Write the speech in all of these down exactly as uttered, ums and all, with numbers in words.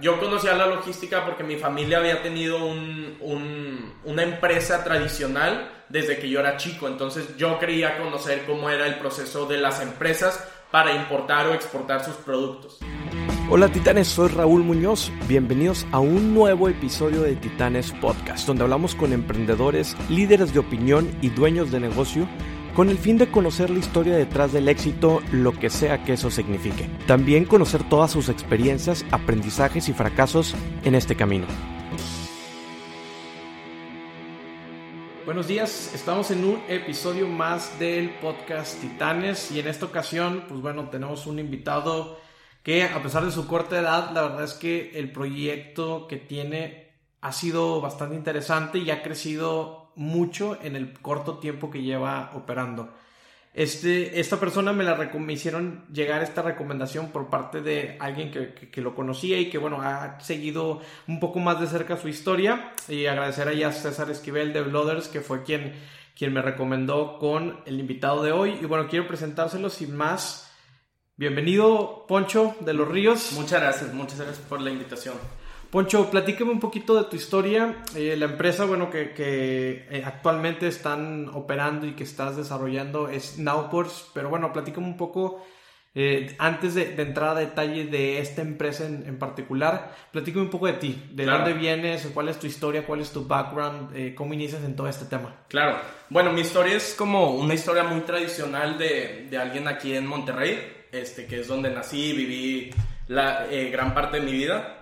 yo conocía la logística porque mi familia había tenido un, un, una empresa tradicional desde que yo era chico. Entonces yo quería conocer cómo era el proceso de las empresas para importar o exportar sus productos. Hola Titanes, soy Raúl Muñoz. Bienvenidos a un nuevo episodio de Titanes Podcast, donde hablamos con emprendedores, líderes de opinión y dueños de negocio con el fin de conocer la historia detrás del éxito, lo que sea que eso signifique. También conocer todas sus experiencias, aprendizajes y fracasos en este camino. Buenos días, estamos en un episodio más del podcast Titanes y en esta ocasión, pues bueno, tenemos un invitado que a pesar de su corta edad, la verdad es que el proyecto que tiene ha sido bastante interesante y ha crecido mucho en el corto tiempo que lleva operando. Este, esta persona me, la, me hicieron llegar esta recomendación por parte de alguien que, que, que lo conocía y que bueno, ha seguido un poco más de cerca su historia, y agradecer ahí a César Esquivel de Blooders, que fue quien, quien me recomendó con el invitado de hoy. Y bueno, quiero presentárselo sin más. Bienvenido, Poncho de los Ríos. Muchas gracias, muchas gracias por la invitación. Poncho, platícame un poquito de tu historia. Eh, la empresa, bueno, que, que eh, actualmente están operando y que estás desarrollando es Nowports, pero bueno, platícame un poco, eh, antes de, de entrar a detalle de esta empresa en, en particular, platícame un poco de ti, de claro. dónde vienes, cuál es tu historia, cuál es tu background, eh, cómo inicias en todo este tema. Claro, bueno, mi historia es como una historia muy tradicional de, de alguien aquí en Monterrey, este, que es donde nací y viví la eh, gran parte de mi vida.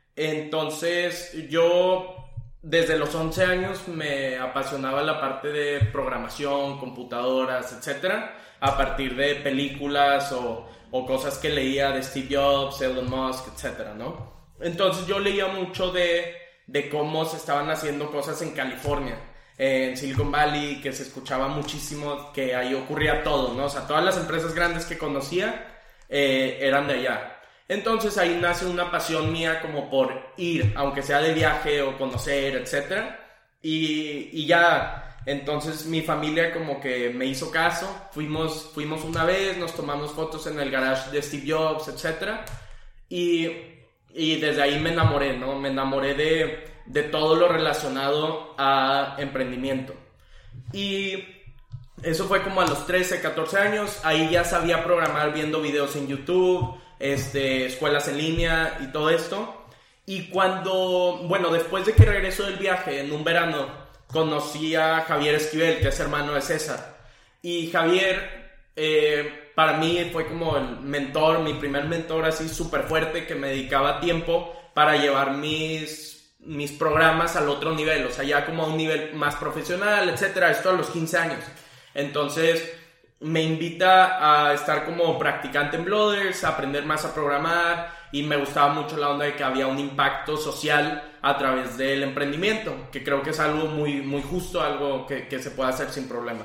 Entonces yo desde los once años me apasionaba la parte de programación, computadoras, etcétera, a partir de películas o, o cosas que leía de Steve Jobs, Elon Musk, etcétera, ¿no? Entonces yo leía mucho de, de cómo se estaban haciendo cosas en California, en Silicon Valley, que se escuchaba muchísimo que ahí ocurría todo, ¿no? O sea, todas las empresas grandes que conocía eh, eran de allá. Entonces ahí nace una pasión mía como por ir, aunque sea de viaje o conocer, etcétera. Y, y ya, entonces mi familia como que me hizo caso. Fuimos, fuimos una vez, nos tomamos fotos en el garage de Steve Jobs, etcétera. Y, y desde ahí me enamoré, ¿no? Me enamoré de, de todo lo relacionado a emprendimiento. Y eso fue como a los trece, catorce años. Ahí ya sabía programar viendo videos en YouTube, Este, escuelas en línea y todo esto. Y cuando, bueno, después de que regreso del viaje en un verano, conocí a Javier Esquivel, que es hermano de César. Y Javier, eh, para mí fue como el mentor, mi primer mentor así súper fuerte, que me dedicaba tiempo para llevar mis, mis programas al otro nivel, o sea, ya como a un nivel más profesional, etcétera. Esto a los quince años. Entonces me invita a estar como practicante en Blooders, a aprender más a programar, y me gustaba mucho la onda de que había un impacto social a través del emprendimiento, que creo que es algo muy, muy justo, algo que, que se puede hacer sin problema.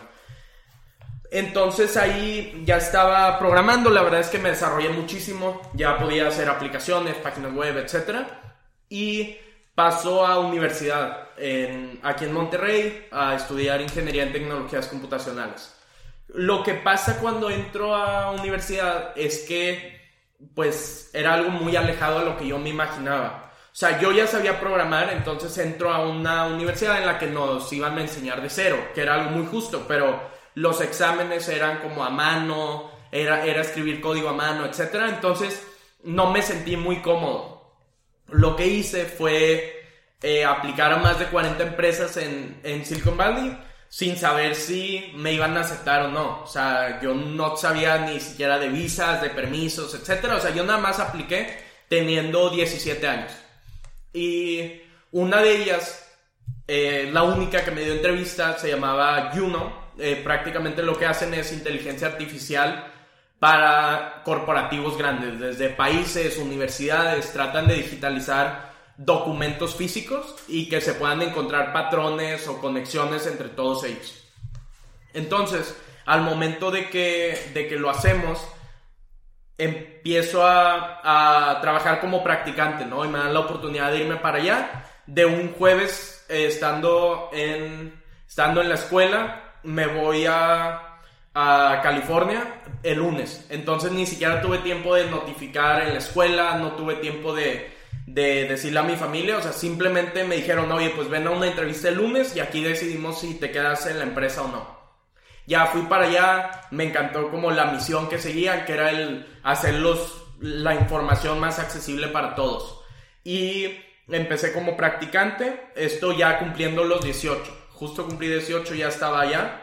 Entonces ahí ya estaba programando, la verdad es que me desarrollé muchísimo, ya podía hacer aplicaciones, páginas web, etcétera. Y pasó a universidad, en, aquí en Monterrey, a estudiar ingeniería en tecnologías computacionales. Lo que pasa cuando entro a universidad es que pues era algo muy alejado a lo que yo me imaginaba. O sea, yo ya sabía programar, entonces entro a una universidad en la que nos iban a enseñar de cero, que era algo muy justo, pero los exámenes eran como a mano, era, era escribir código a mano, etcétera. Entonces no me sentí muy cómodo. Lo que hice fue eh, aplicar a más de cuarenta empresas en, en Silicon Valley, sin saber si me iban a aceptar o no. O sea, yo no sabía ni siquiera de visas, de permisos, etcétera. O sea, yo nada más apliqué teniendo diecisiete años. Y una de ellas, eh, la única que me dio entrevista, se llamaba Juno. Eh, prácticamente lo que hacen es inteligencia artificial para corporativos grandes, desde países, universidades. Tratan de digitalizar documentos físicos y que se puedan encontrar patrones o conexiones entre todos ellos. Entonces, al momento de que, de que lo hacemos, empiezo a, a trabajar como practicante, ¿no? Y me dan la oportunidad de irme para allá. De un jueves, eh, estando, en, estando en la escuela, me voy a, a California el lunes. Entonces ni siquiera tuve tiempo de notificar en la escuela, no tuve tiempo de de decirle a mi familia, o sea, simplemente me dijeron, oye, pues ven a una entrevista el lunes y aquí decidimos si te quedas en la empresa o no. Ya fui para allá, me encantó como la misión que seguían, que era el hacer los, la información más accesible para todos. Y empecé como practicante, esto ya cumpliendo los dieciocho. Justo cumplí dieciocho, ya estaba allá.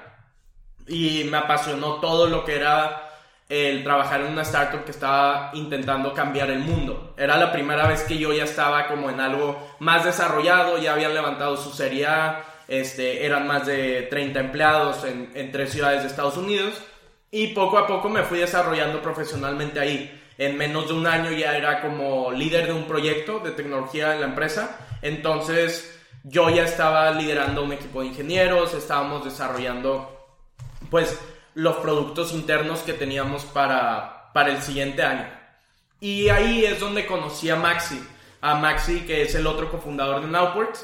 Y me apasionó todo lo que era el trabajar en una startup que estaba intentando cambiar el mundo. Era la primera vez que yo ya estaba como en algo más desarrollado, ya habían levantado su serie A, este, eran más de treinta empleados en, en tres ciudades de Estados Unidos, y poco a poco me fui desarrollando profesionalmente ahí. En menos de un año ya era como líder de un proyecto de tecnología en la empresa, entonces yo ya estaba liderando un equipo de ingenieros, estábamos desarrollando pues los productos internos que teníamos para, para el siguiente año. Y ahí es donde conocí a Maxi, a Maxi, que es el otro cofundador de Nowports.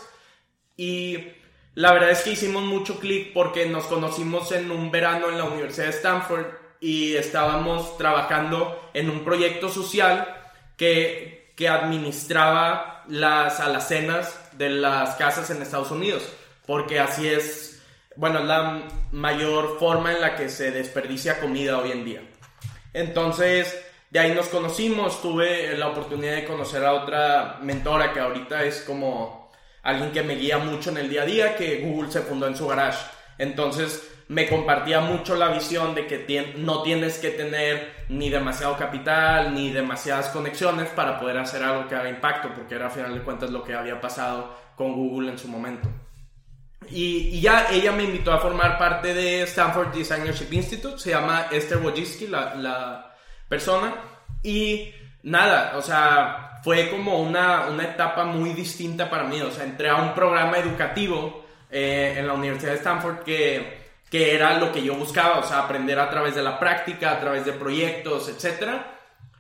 Y la verdad es que hicimos mucho clic porque nos conocimos en un verano en la Universidad de Stanford y estábamos trabajando en un proyecto social que, que administraba las alacenas de las casas en Estados Unidos, porque así es. Bueno, es la mayor forma en la que se desperdicia comida hoy en día. Entonces, de ahí nos conocimos. Tuve la oportunidad de conocer a otra mentora que ahorita es como alguien que me guía mucho en el día a día, que Google se fundó en su garage. Entonces, me compartía mucho la visión de que tien- no tienes que tener ni demasiado capital, ni demasiadas conexiones para poder hacer algo que haga impacto, porque era, al final de cuentas, lo que había pasado con Google en su momento. Y, y ya ella me invitó a formar parte de Stanford Designership Institute. Se llama Esther Wojcicki, la, la persona. Y nada, o sea, fue como una, una etapa muy distinta para mí. O sea, entré a un programa educativo eh, en la Universidad de Stanford que, que era lo que yo buscaba. O sea, aprender a través de la práctica, a través de proyectos, etcétera.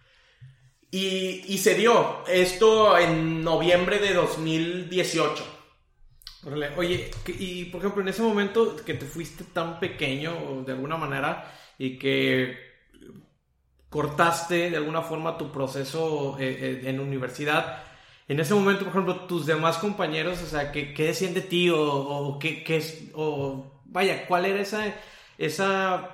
Y, y se dio esto en noviembre de dos mil dieciocho. Oye, y por ejemplo, en ese momento que te fuiste tan pequeño de alguna manera y que cortaste de alguna forma tu proceso eh, eh, en universidad, en ese momento, por ejemplo, tus demás compañeros, o sea, ¿qué, qué decían de ti? O, o qué, qué es, o vaya, ¿cuál era esa, esa,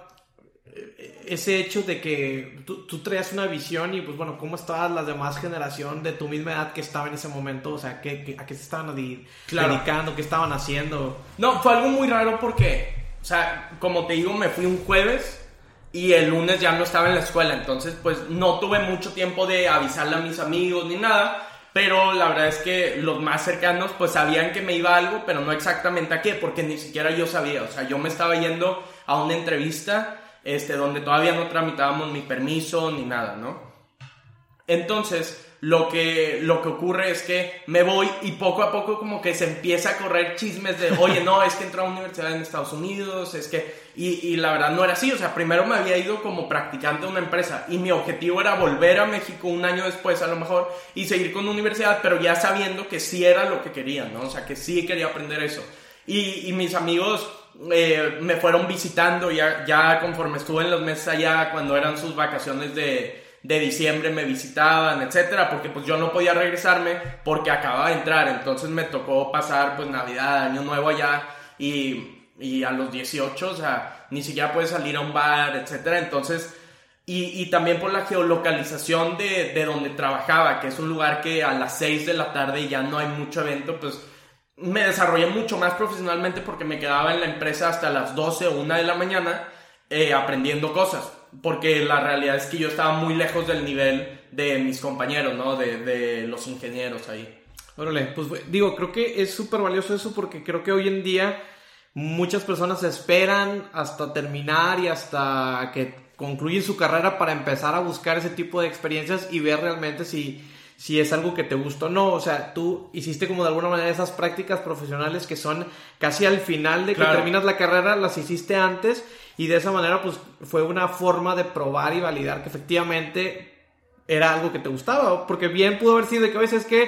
ese hecho de que tú, tú traías una visión y pues bueno, ¿cómo estaba la demás generación de tu misma edad que estaba en ese momento? O sea, ¿qué, qué, ¿a qué se estaban adi- Claro. dedicando? ¿Qué estaban haciendo? No, fue algo muy raro porque, o sea, como te digo, me fui un jueves y el lunes ya no estaba en la escuela. Entonces, pues, no tuve mucho tiempo de avisarle a mis amigos ni nada. Pero la verdad es que los más cercanos, pues, sabían que me iba a algo, pero no exactamente a qué, porque ni siquiera yo sabía. O sea, yo me estaba yendo a una entrevista Este, donde todavía no tramitábamos ni permiso ni nada, ¿no? Entonces, lo que, lo que ocurre es que me voy y poco a poco como que se empieza a correr chismes de, oye, no, es que entré a una universidad en Estados Unidos, es que... Y, y la verdad no era así, o sea, primero me había ido como practicante de una empresa y mi objetivo era volver a México un año después a lo mejor y seguir con la universidad, pero ya sabiendo que sí era lo que quería, ¿no? O sea, que sí quería aprender eso. Y, y mis amigos... Eh, me fueron visitando ya, ya conforme estuve en los meses allá, cuando eran sus vacaciones de, de diciembre me visitaban, etcétera, porque pues yo no podía regresarme porque acababa de entrar, entonces me tocó pasar pues Navidad, Año Nuevo allá y, y a los dieciocho, o sea, ni siquiera puedes salir a un bar, etcétera, entonces y, y también por la geolocalización de, de donde trabajaba, que es un lugar que a las seis de la tarde ya no hay mucho evento, pues me desarrollé mucho más profesionalmente porque me quedaba en la empresa hasta las doce o una de la mañana eh, aprendiendo cosas. Porque la realidad es que yo estaba muy lejos del nivel de mis compañeros, ¿no? De, de los ingenieros ahí. Órale, pues digo, creo que es súper valioso eso porque creo que hoy en día muchas personas esperan hasta terminar y hasta que concluyen su carrera para empezar a buscar ese tipo de experiencias y ver realmente si... si es algo que te gusta o no. O sea, tú hiciste como de alguna manera esas prácticas profesionales que son casi al final de que claro. terminas la carrera, las hiciste antes y de esa manera pues fue una forma de probar y validar que efectivamente era algo que te gustaba, porque bien pudo haber sido de que a veces que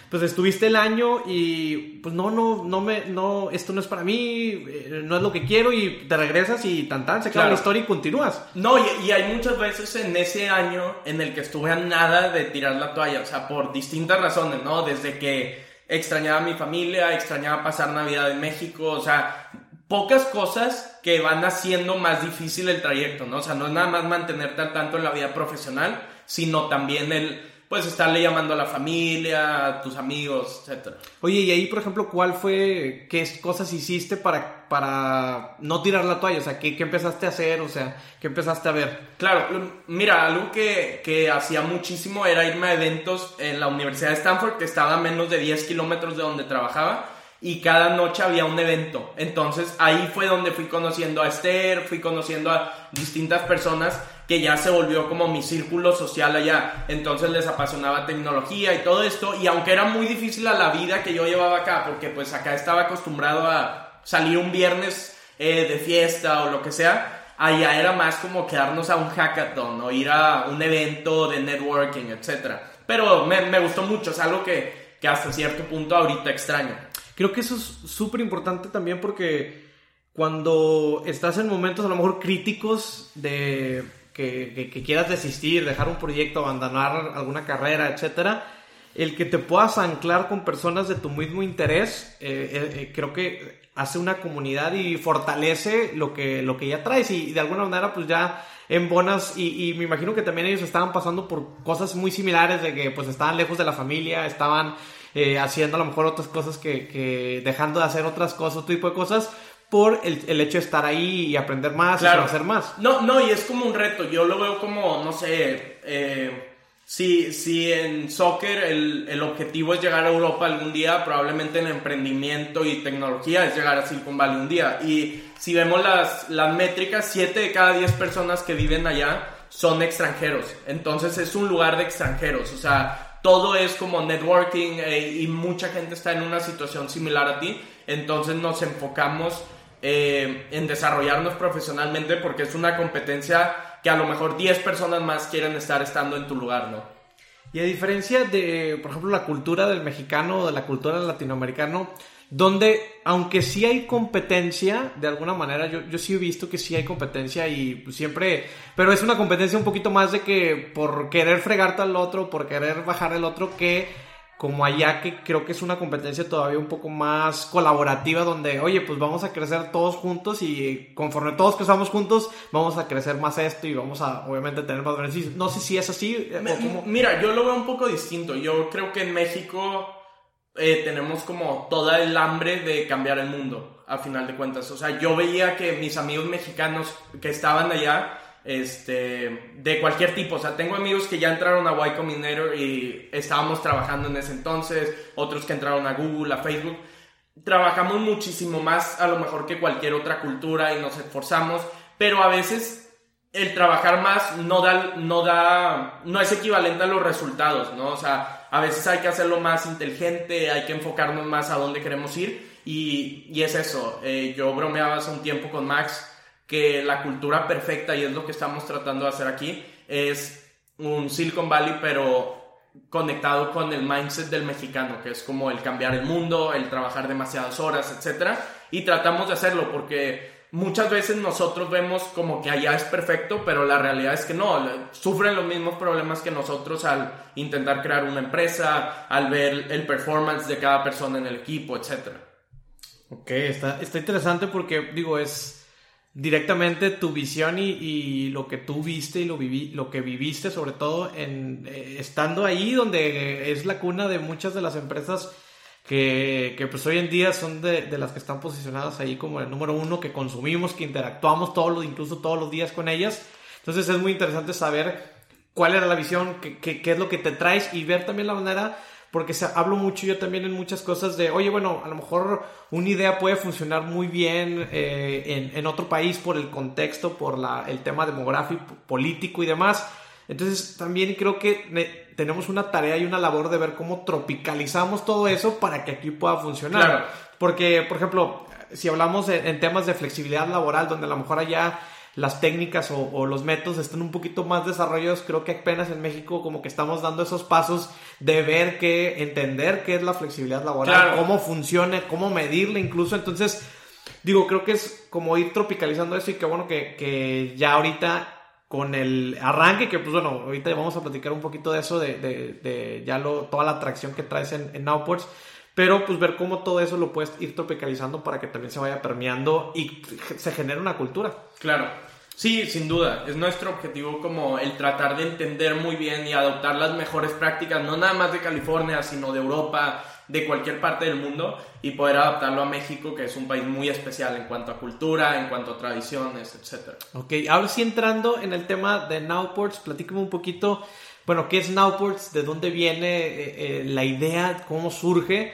pues estuviste el año y pues no, no, no me, no, esto no es para mí, eh, no es lo que quiero y te regresas y tan tan, se acaba Claro. la historia y continúas. No, y, y hay muchas veces en ese año en el que estuve a nada de tirar la toalla, o sea, por distintas razones, ¿no? Desde que extrañaba a mi familia, extrañaba pasar Navidad en México, o sea, pocas cosas que van haciendo más difícil el trayecto, ¿no? O sea, no es nada más mantenerte al tanto en la vida profesional, sino también el, pues, estarle llamando a la familia, a tus amigos, etcétera. Oye, y ahí, por ejemplo, ¿cuál fue, qué cosas hiciste para, para no tirar la toalla? O sea, ¿qué, qué empezaste a hacer? O sea, ¿qué empezaste a ver? Claro, mira, algo que, que hacía muchísimo era irme a eventos en la Universidad de Stanford, que estaba a menos de diez kilómetros de donde trabajaba, y cada noche había un evento. Entonces ahí fue donde fui conociendo a Esther, fui conociendo a distintas personas que ya se volvió como mi círculo social allá. Entonces les apasionaba tecnología y todo esto, y aunque era muy difícil a la vida que yo llevaba acá, porque pues acá estaba acostumbrado a salir un viernes eh, de fiesta o lo que sea, allá era más como quedarnos a un hackathon o ir a un evento de networking, etcétera. Pero me, me gustó mucho, es algo que, que hasta cierto punto ahorita extraño. Creo que eso es súper importante también porque cuando estás en momentos a lo mejor críticos de que, que, que quieras desistir, dejar un proyecto, abandonar alguna carrera, etcétera, el que te puedas anclar con personas de tu mismo interés, eh, eh, creo que hace una comunidad y fortalece lo que, lo que ya traes y, y de alguna manera pues ya embonas y, y me imagino que también ellos estaban pasando por cosas muy similares de que pues estaban lejos de la familia, estaban eh, haciendo a lo mejor otras cosas que, que dejando de hacer otras cosas, otro tipo de cosas por el, el hecho de estar ahí y aprender más, claro, y conocer más. No, no, y es como un reto, yo lo veo como, no sé, eh, si, si en soccer el, el objetivo es llegar a Europa algún día, probablemente en emprendimiento y tecnología es llegar a Silicon Valley un día. Y si vemos las, las métricas, siete de cada diez personas que viven allá son extranjeros. Entonces es un lugar de extranjeros, o sea, todo es como networking eh, y mucha gente está en una situación similar a ti. Entonces nos enfocamos eh, en desarrollarnos profesionalmente porque es una competencia que a lo mejor diez personas más quieren estar estando en tu lugar, ¿no? Y a diferencia de, por ejemplo, la cultura del mexicano o de la cultura del latinoamericano, donde, aunque sí hay competencia, de alguna manera, yo, yo sí he visto que sí hay competencia y pues, siempre, pero es una competencia un poquito más de que por querer fregarte al otro, por querer bajar al otro, que como allá, que creo que es una competencia todavía un poco más colaborativa, donde, oye, pues vamos a crecer todos juntos y conforme todos crezamos juntos, vamos a crecer más esto y vamos a, obviamente, tener más beneficios. No sé si es así Me, o cómo. Mira, yo lo veo un poco distinto. Yo creo que en México eh, tenemos como toda el hambre de cambiar el mundo, a final de cuentas. O sea, yo veía que mis amigos mexicanos que estaban allá, este, de cualquier tipo, o sea, tengo amigos que ya entraron a Y Combinator y estábamos trabajando en ese entonces, otros que entraron a Google, a Facebook. Trabajamos muchísimo más a lo mejor que cualquier otra cultura y nos esforzamos, pero a veces el trabajar más no da, no da, no es equivalente a los resultados, ¿no? O sea, a veces hay que hacerlo más inteligente, hay que enfocarnos más a dónde queremos ir y, y es eso. Eh, yo bromeaba hace un tiempo con Max que la cultura perfecta, y es lo que estamos tratando de hacer aquí, es un Silicon Valley pero conectado con el mindset del mexicano, que es como el cambiar el mundo, el trabajar demasiadas horas, etcétera, y tratamos de hacerlo porque muchas veces nosotros vemos como que allá es perfecto, pero la realidad es que no, sufren los mismos problemas que nosotros al intentar crear una empresa, al ver el performance de cada persona en el equipo, etcétera. Ok, está, está interesante porque, digo, es directamente tu visión y, y lo que tú viste y lo, viví, lo que viviste, sobre todo en, eh, estando ahí donde es la cuna de muchas de las empresas que, que pues hoy en día son de, de las que están posicionadas ahí como el número uno, que consumimos, que interactuamos todos los, incluso todos los días con ellas. Entonces es muy interesante saber cuál era la visión, qué, qué, qué es lo que te traes y ver también la manera. Porque se, hablo mucho yo también en muchas cosas de, oye, bueno, a lo mejor una idea puede funcionar muy bien eh, en, en otro país por el contexto, por la, el tema demográfico, político y demás. Entonces también creo que ne- tenemos una tarea y una labor de ver cómo tropicalizamos todo eso para que aquí pueda funcionar. Claro. Porque, por ejemplo, si hablamos en, en temas de flexibilidad laboral, donde a lo mejor allá las técnicas o, o los métodos están un poquito más desarrollados. Creo que apenas en México como que estamos dando esos pasos de ver que, entender qué es la flexibilidad laboral, claro, cómo funciona, cómo medirla incluso. Entonces, digo, creo que es como ir tropicalizando eso y qué bueno que, que ya ahorita con el arranque, que pues bueno, ahorita vamos a platicar un poquito de eso, de, de, de ya lo, toda la atracción que traes en, en Nowports, pero pues ver cómo todo eso lo puedes ir tropicalizando para que también se vaya permeando y se genere una cultura. Claro, sí, sin duda, es nuestro objetivo como el tratar de entender muy bien y adoptar las mejores prácticas, no nada más de California, sino de Europa, de cualquier parte del mundo, y poder adaptarlo a México, que es un país muy especial en cuanto a cultura, en cuanto a tradiciones, etcétera. Ok, ahora sí, entrando en el tema de Nowports, platícame un poquito, bueno, ¿qué es Nowports? ¿De dónde viene eh, eh, la idea? ¿Cómo surge?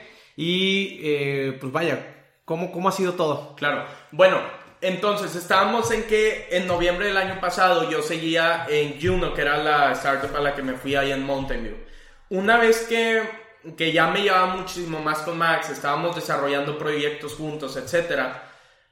Y, eh, pues vaya, ¿cómo, ¿cómo ha sido todo? Claro, bueno, entonces estábamos en que en noviembre del año pasado yo seguía en Juno, que era la startup a la que me fui ahí en Mountain View. Una vez que que ya me llevaba muchísimo más con Max, estábamos desarrollando proyectos juntos, etcétera.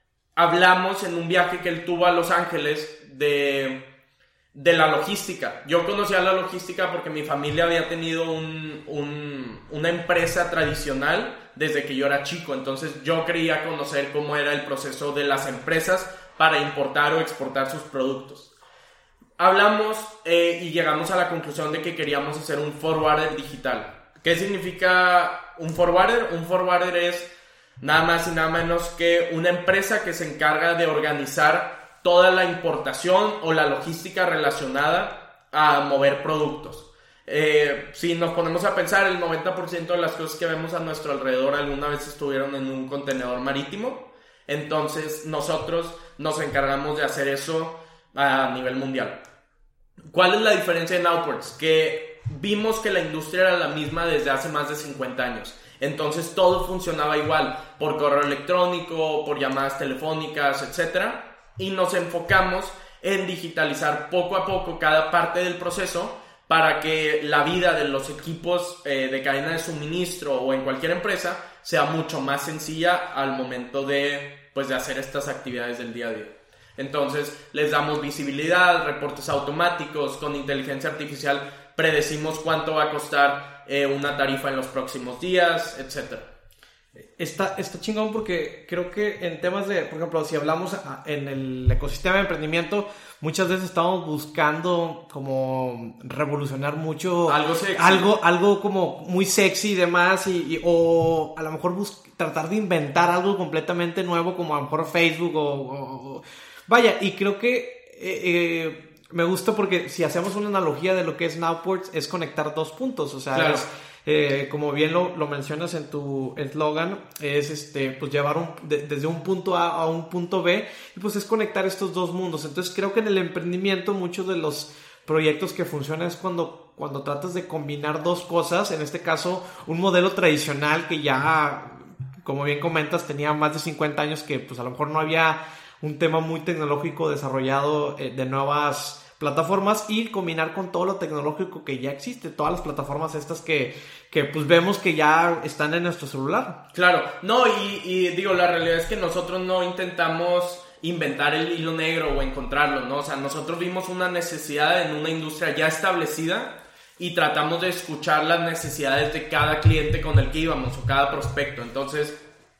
Hablamos en un viaje que él tuvo a Los Ángeles de, de la logística. Yo conocía la logística porque mi familia había tenido un, un, una empresa tradicional desde que yo era chico, entonces yo quería conocer cómo era el proceso de las empresas para importar o exportar sus productos. Hablamos eh, y llegamos a la conclusión de que queríamos hacer un forwarder digital. ¿Qué significa un forwarder? Un forwarder es nada más y nada menos que una empresa que se encarga de organizar toda la importación o la logística relacionada a mover productos. Eh, si nos ponemos a pensar, el noventa por ciento de las cosas que vemos a nuestro alrededor alguna vez estuvieron en un contenedor marítimo. Entonces nosotros nos encargamos de hacer eso a nivel mundial. ¿Cuál es la diferencia en Nowports? Que vimos que la industria era la misma desde hace más de cincuenta años. Entonces todo funcionaba igual, por correo electrónico, por llamadas telefónicas, etcétera. Y nos enfocamos en digitalizar poco a poco cada parte del proceso para que la vida de los equipos eh, de cadena de suministro o en cualquier empresa sea mucho más sencilla al momento de, pues, de hacer estas actividades del día a día. Entonces les damos visibilidad, reportes automáticos, con inteligencia artificial predecimos cuánto va a costar eh, una tarifa en los próximos días, etcétera. Está, está chingón porque creo que en temas de, por ejemplo, si hablamos en el ecosistema de emprendimiento, muchas veces estamos buscando como revolucionar mucho algo sexy, algo, algo como muy sexy y demás, y, y, o a lo mejor bus- tratar de inventar algo completamente nuevo, como a lo mejor Facebook o, o, o vaya, y creo que eh, eh, me gusta porque si hacemos una analogía de lo que es Nowports, es conectar dos puntos, o sea, claro. es, eh, como bien lo, lo mencionas en tu eslogan, es este, pues llevar un, de, desde un punto A a un punto B, y pues es conectar estos dos mundos. Entonces creo que en el emprendimiento muchos de los proyectos que funcionan es cuando, cuando tratas de combinar dos cosas, en este caso un modelo tradicional que ya, como bien comentas, tenía más de cincuenta años, que pues a lo mejor no había un tema muy tecnológico desarrollado eh, de nuevas plataformas, y combinar con todo lo tecnológico que ya existe, todas las plataformas estas que, que pues vemos que ya están en nuestro celular. Claro, no, y, y digo, la realidad es que nosotros no intentamos inventar el hilo negro o encontrarlo, ¿no? O sea, nosotros vimos una necesidad en una industria ya establecida y tratamos de escuchar las necesidades de cada cliente con el que íbamos o cada prospecto. Entonces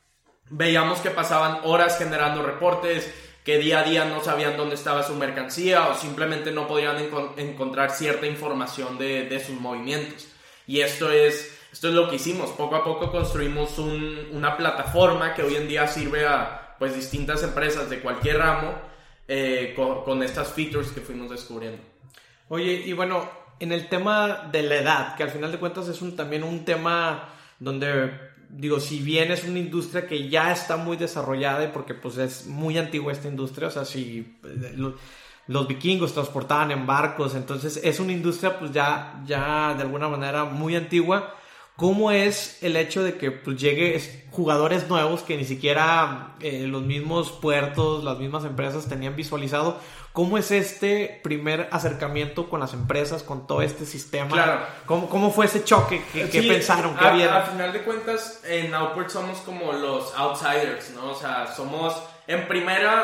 veíamos que pasaban horas generando reportes, que día a día no sabían dónde estaba su mercancía o simplemente no podían enco- encontrar cierta información de, de sus movimientos. Y esto es, esto es lo que hicimos. Poco a poco construimos un, una plataforma que hoy en día sirve a, pues, distintas empresas de cualquier ramo eh, con, con estas features que fuimos descubriendo. Oye, y bueno, en el tema de la edad, que al final de cuentas es un, también un tema donde, digo, si bien es una industria que ya está muy desarrollada, y porque pues es muy antigua esta industria, o sea, si los, los vikingos transportaban en barcos, entonces es una industria pues ya, ya de alguna manera muy antigua. ¿Cómo es el hecho de que pues llegue jugadores nuevos que ni siquiera eh, los mismos puertos, las mismas empresas tenían visualizado? ¿Cómo es este primer acercamiento con las empresas, con todo este sistema? Claro. ¿Cómo, cómo fue ese choque? ¿Qué, sí, ¿qué pensaron? ¿Qué a, vieron? a final de cuentas, en Nowports somos como los outsiders, ¿no? O sea, somos, en primera,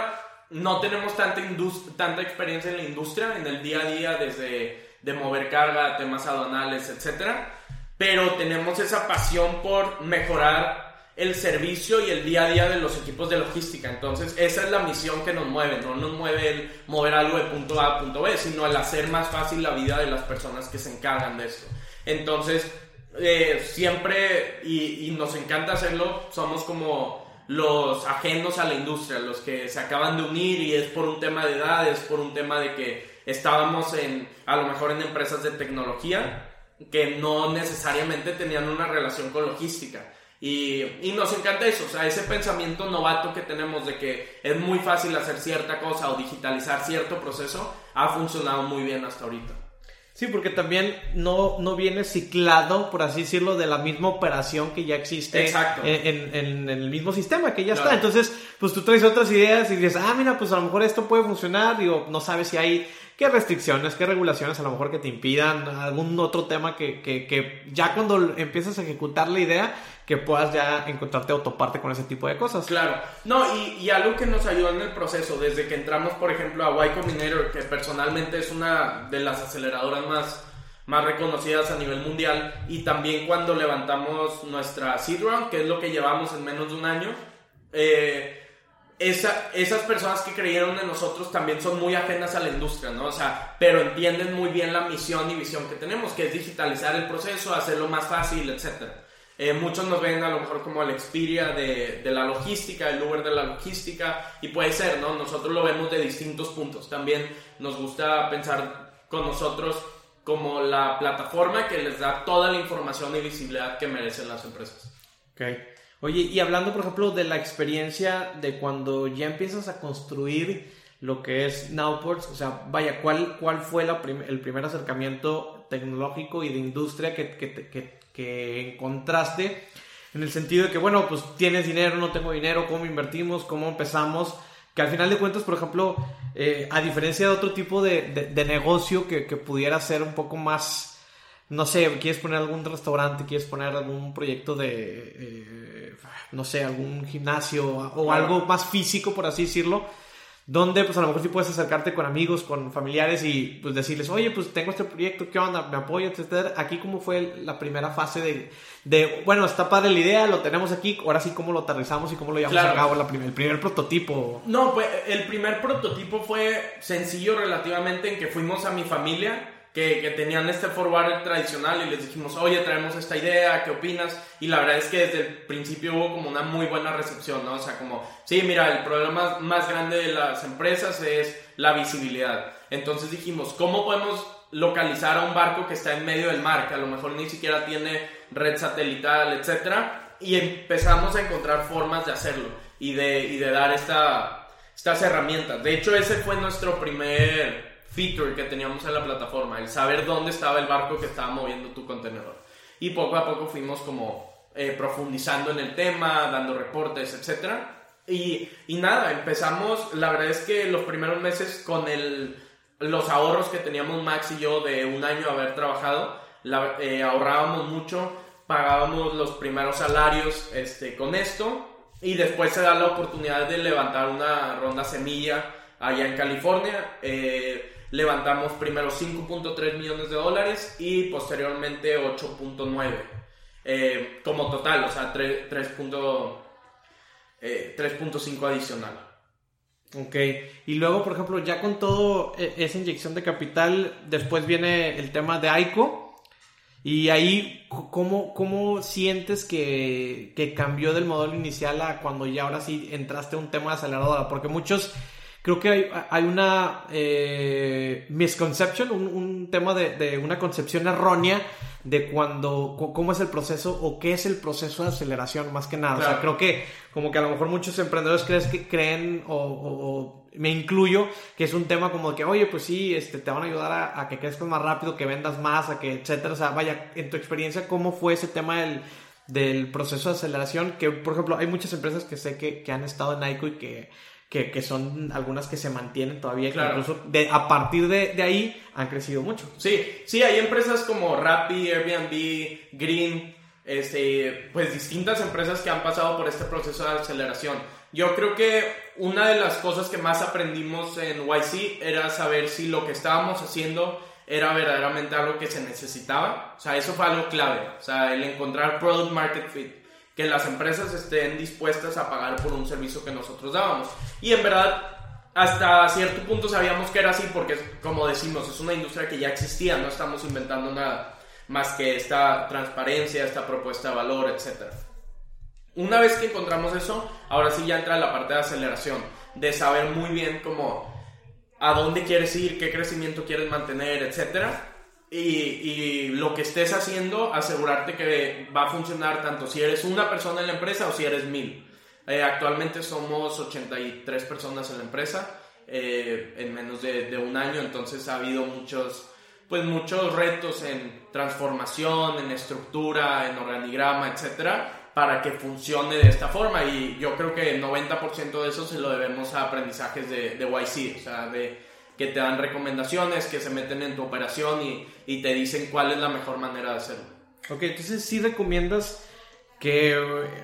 no tenemos tanta, indust- tanta experiencia en la industria, en el día a día, desde de mover carga, temas aduanales, etcétera, pero tenemos esa pasión por mejorar el servicio y el día a día de los equipos de logística. Entonces esa es la misión que nos mueve. No nos mueve el mover algo de punto A a punto B, sino el hacer más fácil la vida de las personas que se encargan de esto. Entonces eh, siempre, y, y nos encanta hacerlo, somos como los ajenos a la industria, los que se acaban de unir, y es por un tema de edad, es por un tema de que estábamos en, a lo mejor en empresas de tecnología que no necesariamente tenían una relación con logística. Y, y nos encanta eso, o sea, ese pensamiento novato que tenemos de que es muy fácil hacer cierta cosa o digitalizar cierto proceso, ha funcionado muy bien hasta ahorita. Sí, porque también no, no viene ciclado, por así decirlo, de la misma operación que ya existe. Exacto. En, en, en el mismo sistema que ya Claro. está. Entonces, pues tú traes otras ideas y dices, ah, mira, pues a lo mejor esto puede funcionar. Digo, no sabes si hay qué restricciones, qué regulaciones a lo mejor que te impidan, algún otro tema que, que, que ya cuando empiezas a ejecutar la idea, que puedas ya encontrarte o toparte con ese tipo de cosas. Claro, no, y, y algo que nos ayudó en el proceso, desde que entramos, por ejemplo, a Y Combinator, que personalmente es una de las aceleradoras más, más reconocidas a nivel mundial, y también cuando levantamos nuestra seed round, que es lo que llevamos en menos de un año, eh, esa, esas personas que creyeron en nosotros también son muy ajenas a la industria, ¿no? O sea, pero entienden muy bien la misión y visión que tenemos, que es digitalizar el proceso, hacerlo más fácil, etcétera. Eh, muchos nos ven a lo mejor como el Expedia de, de la logística, el Uber de la logística, y puede ser, ¿no? Nosotros lo vemos de distintos puntos. También nos gusta pensar con nosotros como la plataforma que les da toda la información y visibilidad que merecen las empresas. Ok. Oye, y hablando, por ejemplo, de la experiencia de cuando ya empiezas a construir lo que es Nowports, o sea, vaya, ¿cuál, cuál fue la prim- el primer acercamiento tecnológico y de industria que, que, que, que encontraste? En el sentido de que, bueno, pues tienes dinero, no tengo dinero, ¿cómo invertimos? ¿Cómo empezamos? Que al final de cuentas, por ejemplo, eh, a diferencia de otro tipo de, de, de negocio que, que pudiera ser un poco más, no sé, quieres poner algún restaurante, quieres poner algún proyecto de, eh, no sé, algún gimnasio o Claro. algo más físico, por así decirlo, donde pues a lo mejor sí puedes acercarte con amigos, con familiares y pues decirles, oye, pues tengo este proyecto, ¿qué onda? ¿Me apoyas? Etcétera. Aquí, ¿cómo fue la primera fase de, de, bueno, está padre la idea, lo tenemos aquí, ahora sí, ¿cómo lo aterrizamos y cómo lo llevamos Claro. a cabo? La prim- el primer prototipo. No, pues el primer prototipo fue sencillo relativamente, en que fuimos a mi familia que, que tenían este forwarder tradicional y les dijimos, oye, traemos esta idea, ¿qué opinas? Y la verdad es que desde el principio hubo como una muy buena recepción, ¿no? O sea, como, sí, mira, el problema más grande de las empresas es la visibilidad. Entonces dijimos, ¿cómo podemos localizar a un barco que está en medio del mar, que a lo mejor ni siquiera tiene red satelital, etcétera? Y empezamos a encontrar formas de hacerlo y de, y de dar esta, estas herramientas. De hecho, ese fue nuestro primer feature que teníamos en la plataforma, el saber dónde estaba el barco que estaba moviendo tu contenedor. Y poco a poco fuimos como eh, profundizando en el tema, dando reportes, etcétera. Y, y nada, empezamos, la verdad es que los primeros meses con el, los ahorros que teníamos Max y yo de un año haber trabajado, la, eh, ahorrábamos mucho, pagábamos los primeros salarios este, con esto, y después se da la oportunidad de levantar una ronda semilla allá en California. Eh, levantamos primero cinco punto tres millones de dólares y posteriormente ocho punto nueve eh, como total, o sea, tres punto cinco adicional. Ok, y luego, por ejemplo, ya con todo eh, esa inyección de capital, después viene el tema de Aiko. Y ahí, ¿cómo, cómo sientes que, que cambió del modelo inicial a cuando ya ahora sí entraste a un tema de aceleradora? Porque muchos, creo que hay, hay una eh, misconception, un, un tema de, de una concepción errónea de cuando, cómo es el proceso o qué es el proceso de aceleración, más que nada. Claro. O sea, creo que como que a lo mejor muchos emprendedores crees que creen o, o, o me incluyo, que es un tema como que, oye, pues sí, este, te van a ayudar a, a que crezcas más rápido, que vendas más, a que, etcétera. O sea, vaya, en tu experiencia, ¿cómo fue ese tema del, del proceso de aceleración? Que, por ejemplo, hay muchas empresas que sé que, que han estado en Aiko y que, que, que son algunas que se mantienen todavía, claro. Que incluso de, a partir de, de ahí han crecido mucho. Sí, sí, hay empresas como Rappi, Airbnb, Green, este, pues distintas empresas que han pasado por este proceso de aceleración. Yo creo que una de las cosas que más aprendimos en Y C era saber si lo que estábamos haciendo era verdaderamente algo que se necesitaba. O sea, eso fue algo clave. O sea, el encontrar product market fit, que las empresas estén dispuestas a pagar por un servicio que nosotros dábamos. Y en verdad, hasta cierto punto sabíamos que era así porque, como decimos, es una industria que ya existía, no estamos inventando nada más que esta transparencia, esta propuesta de valor, etcétera. Una vez que encontramos eso, ahora sí ya entra la parte de aceleración, de saber muy bien cómo, a dónde quieres ir, qué crecimiento quieres mantener, etcétera. Y, y lo que estés haciendo, asegurarte que va a funcionar tanto si eres una persona en la empresa o si eres mil. Eh, actualmente somos ochenta y tres personas en la empresa, eh, en menos de, de un año, entonces ha habido muchos, pues muchos retos en transformación, en estructura, en organigrama, etcétera, para que funcione de esta forma. Y yo creo que el noventa por ciento de eso se lo debemos a aprendizajes de, de Y C, o sea, de que te dan recomendaciones, que se meten en tu operación y, y te dicen cuál es la mejor manera de hacerlo. Ok, entonces sí recomiendas que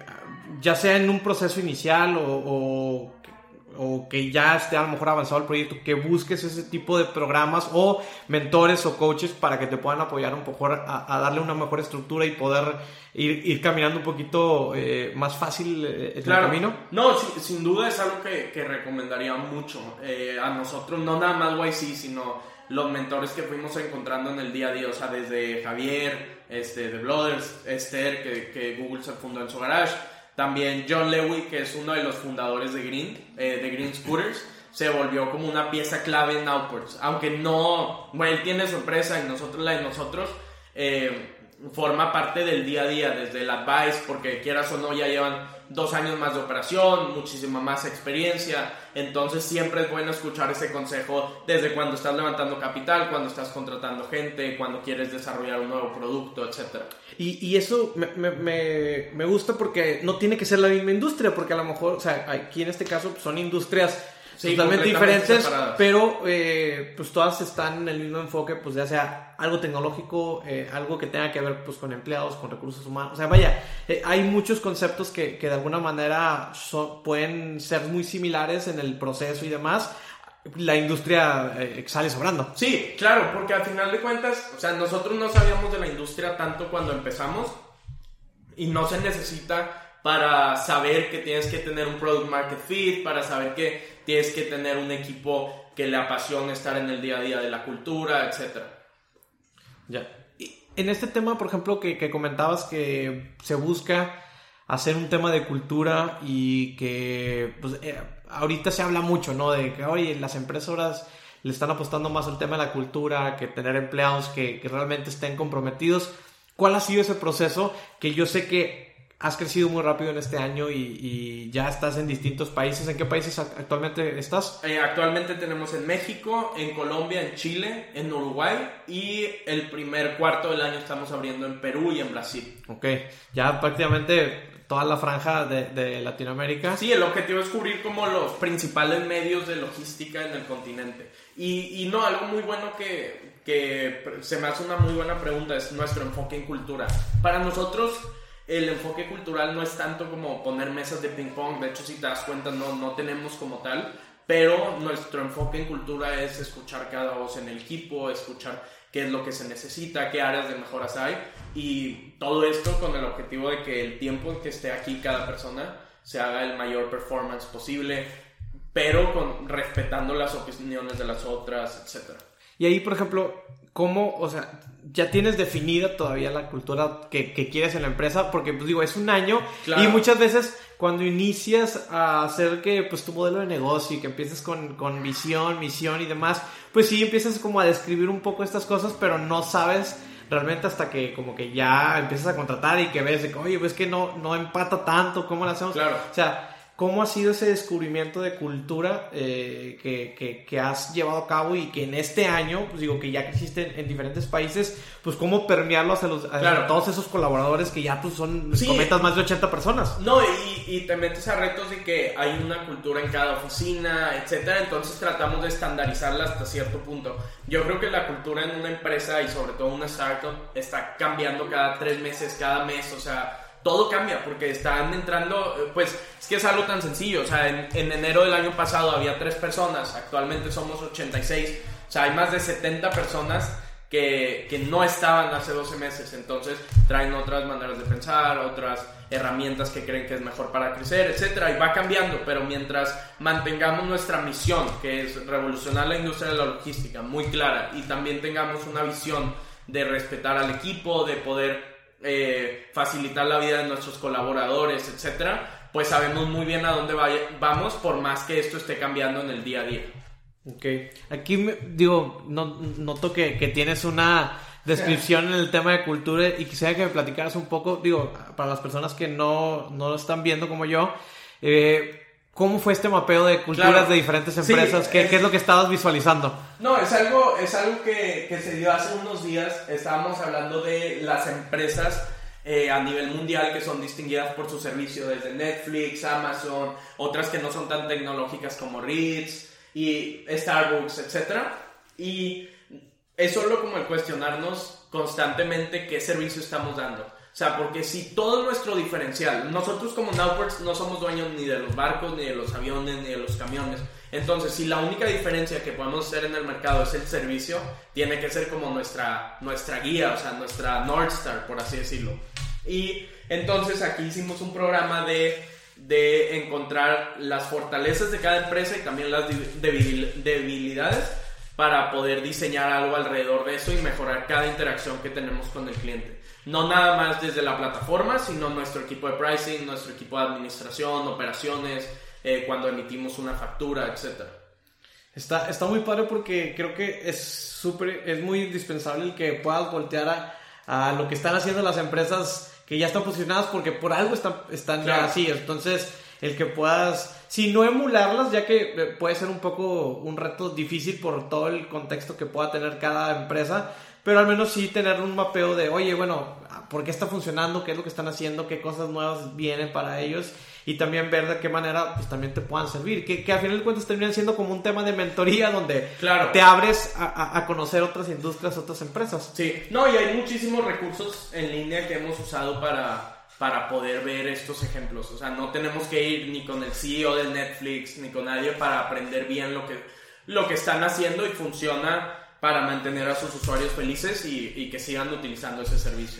ya sea en un proceso inicial o, o, o que ya esté a lo mejor avanzado el proyecto, que busques ese tipo de programas o mentores o coaches para que te puedan apoyar un poco a, a darle una mejor estructura y poder ir, ir caminando un poquito eh, más fácil eh, el claro. camino. No, sin, sin duda es algo que, que recomendaría mucho eh, a nosotros, no nada más Y C, sino los mentores que fuimos encontrando en el día a día, o sea, desde Javier, este, de Blooders, Esther, que, que Google se fundó en su garage, también John Lewy, que es uno de los fundadores de Green, eh, de Green Scooters, se volvió como una pieza clave en Outports, aunque no, bueno, él tiene su empresa y nosotros la de nosotros, eh, forma parte del día a día, desde el advice, porque quieras o no ya llevan dos años más de operación, muchísima más experiencia, entonces siempre es bueno escuchar ese consejo desde cuando estás levantando capital, cuando estás contratando gente, cuando quieres desarrollar un nuevo producto, etcétera. Y, y eso me, me, me, me gusta porque no tiene que ser la misma industria, porque a lo mejor, o sea, aquí en este caso son industrias sí, totalmente diferentes, separadas. Pero eh, pues todas están en el mismo enfoque, pues ya sea algo tecnológico, eh, algo que tenga que ver pues con empleados, con recursos humanos, o sea, vaya, eh, hay muchos conceptos que, que de alguna manera son, pueden ser muy similares en el proceso y demás. La industria eh, sale sobrando. Sí, claro, porque al final de cuentas, o sea, nosotros no sabíamos de la industria tanto cuando empezamos y no se necesita para saber que tienes que tener un product market fit, para saber que tienes que tener un equipo que le apasione estar en el día a día de la cultura, etcétera. Ya. Y en este tema, por ejemplo, que, que comentabas que se busca hacer un tema de cultura y que pues, eh, ahorita se habla mucho, ¿no? De que, oye, las empresas le están apostando más al tema de la cultura, que tener empleados que, que realmente estén comprometidos. ¿Cuál ha sido ese proceso? Que yo sé que has crecido muy rápido en este año y, y ya estás en distintos países. ¿En qué países actualmente estás? Eh, actualmente tenemos en México, en Colombia, en Chile, en Uruguay y el primer cuarto del año estamos abriendo en Perú y en Brasil. Ok, ya prácticamente toda la franja de, de Latinoamérica. Sí, el objetivo es cubrir como los principales medios de logística en el continente. Y, y no, algo muy bueno que, que se me hace una muy buena pregunta es nuestro enfoque en cultura. Para nosotros el enfoque cultural no es tanto como poner mesas de ping pong, de hecho si te das cuenta no, no tenemos como tal, pero nuestro enfoque en cultura es escuchar cada voz en el equipo, escuchar qué es lo que se necesita, qué áreas de mejoras hay y todo esto con el objetivo de que el tiempo en que esté aquí cada persona se haga el mayor performance posible, pero con, respetando las opiniones de las otras, etcétera. Y ahí, por ejemplo, ¿cómo, o sea, ya tienes definida todavía la cultura que, que quieres en la empresa? Porque, pues digo, es un año claro. Y muchas veces cuando inicias a hacer que, pues, tu modelo de negocio y que empieces con, con visión, misión y demás, pues sí empiezas como a describir un poco estas cosas, pero no sabes realmente hasta que como que ya empiezas a contratar y que ves de que, oye, pues que no, no empata tanto, ¿cómo lo hacemos? Claro. O sea, ¿cómo ha sido ese descubrimiento de cultura eh, que, que, que has llevado a cabo y que en este año, pues digo, que ya creciste en, en diferentes países, pues cómo permearlo hacia, los, hacia claro. todos esos colaboradores que ya pues son, sí. comentas, más de ochenta personas? No, y, y te metes a retos de que hay una cultura en cada oficina, etcétera, entonces tratamos de estandarizarla hasta cierto punto. Yo creo que la cultura en una empresa y sobre todo una startup está cambiando cada tres meses, cada mes, o sea, todo cambia porque están entrando, pues es que es algo tan sencillo, o sea, en, en enero del año pasado había tres personas, actualmente somos ochenta y seis, o sea, hay más de setenta personas que, que no estaban hace doce meses, entonces traen otras maneras de pensar, otras herramientas que creen que es mejor para crecer, etcétera, y va cambiando, pero mientras mantengamos nuestra misión, que es revolucionar la industria de la logística, muy clara, y también tengamos una visión de respetar al equipo, de poder eh, facilitar la vida de nuestros colaboradores, etcétera, pues sabemos muy bien a dónde vaya, vamos, por más que esto esté cambiando en el día a día. Ok, aquí me, digo, no, noto que, que tienes una descripción en el tema de cultura y quisiera que me platicaras un poco, digo, para las personas que no, no lo están viendo como yo, eh, ¿cómo fue este mapeo de culturas claro. de diferentes empresas? Sí, ¿Qué, es, ¿Qué es lo que estabas visualizando? No, es algo, es algo que, que se dio hace unos días. Estábamos hablando de las empresas eh, a nivel mundial que son distinguidas por su servicio, desde Netflix, Amazon, otras que no son tan tecnológicas como Ritz y Starbucks, etcétera. Y es solo como el cuestionarnos constantemente qué servicio estamos dando. O sea, porque si todo nuestro diferencial, nosotros como Nowports no somos dueños ni de los barcos, ni de los aviones, ni de los camiones. Entonces, si la única diferencia que podemos hacer en el mercado es el servicio, tiene que ser como nuestra, nuestra guía, o sea, nuestra North Star, por así decirlo. Y entonces aquí hicimos un programa de, de encontrar las fortalezas de cada empresa y también las debil, debilidades para poder diseñar algo alrededor de eso y mejorar cada interacción que tenemos con el cliente. No nada más desde la plataforma, sino nuestro equipo de pricing, nuestro equipo de administración, operaciones, eh, cuando emitimos una factura, etcétera. Está, está muy padre porque creo que es súper, es muy indispensable el que puedas voltear a, a lo que están haciendo las empresas que ya están posicionadas, porque por algo están, están claro. ya así. Entonces, el que puedas, si no emularlas, ya que puede ser un poco un reto difícil por todo el contexto que pueda tener cada empresa, pero al menos sí tener un mapeo de, oye, bueno, ¿por qué está funcionando? ¿Qué es lo que están haciendo? ¿Qué cosas nuevas vienen para ellos? Y también ver de qué manera pues también te puedan servir. Que, que a final de cuentas terminan siendo como un tema de mentoría donde claro. te abres a, a, a conocer otras industrias, otras empresas. Sí, no, y hay muchísimos recursos en línea que hemos usado para, para poder ver estos ejemplos. O sea, no tenemos que ir ni con el C E O de Netflix ni con nadie para aprender bien lo que, lo que están haciendo y funciona para mantener a sus usuarios felices y, y que sigan utilizando ese servicio.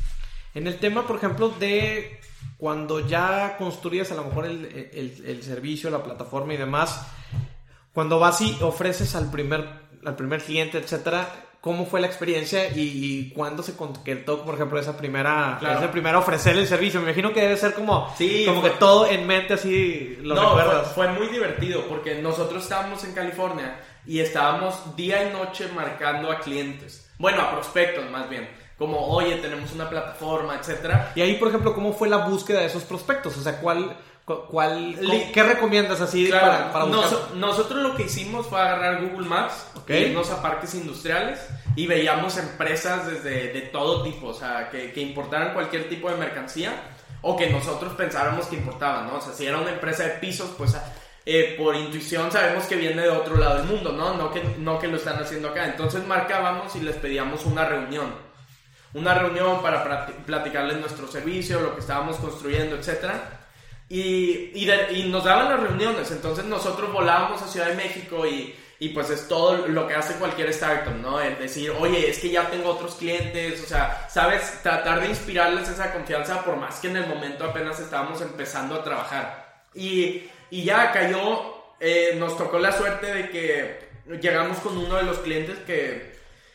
En el tema, por ejemplo, de cuando ya construyes a lo mejor el, el, el servicio, la plataforma y demás, cuando vas y ofreces al primer, al primer cliente, etcétera, ¿cómo fue la experiencia y, y cuándo se concretó, por ejemplo, esa primera, claro. esa primera ofrecer el servicio? Me imagino que debe ser como, sí, como fue, que todo en mente así lo no, recuerdas. Fue, fue muy divertido porque nosotros estábamos en California y estábamos día y noche marcando a clientes, bueno, a prospectos más bien, como, oye, tenemos una plataforma, etcétera. Y ahí, por ejemplo, ¿cómo fue la búsqueda de esos prospectos? O sea, ¿cuál, cuál, Le, ¿qué recomiendas así claro, para, para buscar? Nos, nosotros lo que hicimos fue agarrar Google Maps, okay. irnos a parques industriales y veíamos empresas desde de todo tipo, o sea, que, que importaran cualquier tipo de mercancía o que nosotros pensáramos que importaban, ¿no? O sea, si era una empresa de pisos, pues... Eh, por intuición sabemos que viene de otro lado del mundo, ¿no? No que, no que lo están haciendo acá. Entonces marcábamos y les pedíamos una reunión. Una reunión para platicarles nuestro servicio, lo que estábamos construyendo, etcétera. Y, y, de, y nos daban las reuniones. Entonces nosotros volábamos a Ciudad de México y, y pues es todo lo que hace cualquier startup, ¿no? El decir, oye, es que ya tengo otros clientes. O sea, ¿sabes? Tratar de inspirarles esa confianza por más que en el momento apenas estábamos empezando a trabajar. Y... Y ya cayó, eh, nos tocó la suerte de que llegamos con uno de los clientes que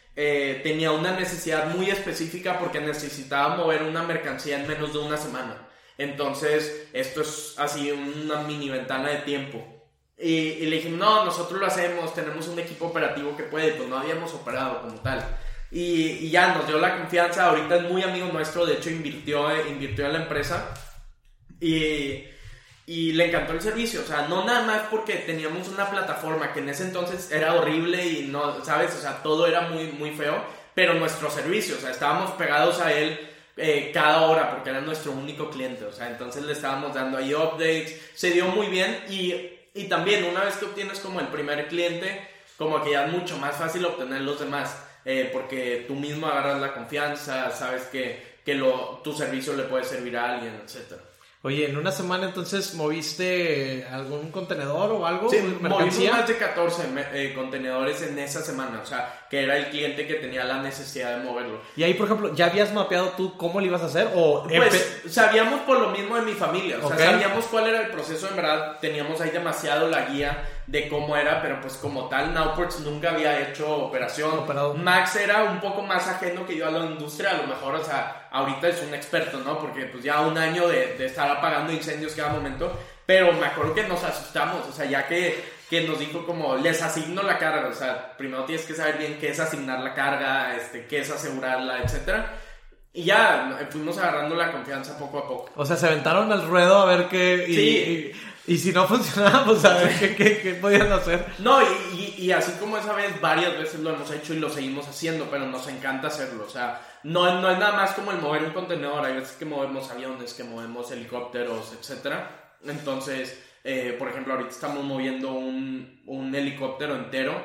eh, tenía una necesidad muy específica porque necesitaba mover una mercancía en menos de una semana. Entonces, esto es así una mini ventana de tiempo. Y, y le dijimos, no, nosotros lo hacemos, tenemos un equipo operativo que puede, pues no habíamos operado como tal. Y, y ya nos dio la confianza, ahorita es muy amigo nuestro, de hecho invirtió, eh, invirtió en la empresa. Y... Y le encantó el servicio, o sea, no nada más porque teníamos una plataforma que en ese entonces era horrible y no, ¿sabes? O sea, todo era muy, muy feo, pero nuestro servicio, o sea, estábamos pegados a él eh, cada hora porque era nuestro único cliente, o sea, entonces le estábamos dando ahí updates, se dio muy bien y, y también una vez que obtienes como el primer cliente, como que ya es mucho más fácil obtener los demás. Eh, porque tú mismo agarras la confianza, sabes que que lo, tu servicio le puede servir a alguien, etcétera. Oye, en una semana entonces moviste algún contenedor o algo, sí, mercancía. Movimos más de catorce eh, contenedores en esa semana, o sea, que era el cliente que tenía la necesidad de moverlo. Y ahí, por ejemplo, ¿ya habías mapeado tú cómo lo ibas a hacer? O pues sabíamos por lo mismo de mi familia, o okay. sea, sabíamos cuál era el proceso, en verdad, teníamos ahí demasiado la guía de cómo era, pero pues como tal, Nowports nunca había hecho operación. Operado. Max era un poco más ajeno que yo a la industria, a lo mejor, o sea, ahorita es un experto, ¿no? Porque pues ya un año de, de estar apagando incendios cada momento, pero me acuerdo que nos asustamos, o sea, ya que, que nos dijo como, les asigno la carga, o sea, primero tienes que saber bien qué es asignar la carga, este, qué es asegurarla, etcétera. Y ya fuimos agarrando la confianza poco a poco. O sea, se aventaron al ruedo a ver qué... Y, sí. Y, y si no funcionaba, pues a ver qué, qué, qué podían hacer. No, y, y, y así como esa vez, varias veces lo hemos hecho y lo seguimos haciendo, pero nos encanta hacerlo. O sea, no, no es nada más como el mover un contenedor. Hay veces que movemos aviones, que movemos helicópteros, etcétera. Entonces, eh, por ejemplo, ahorita estamos moviendo un, un helicóptero entero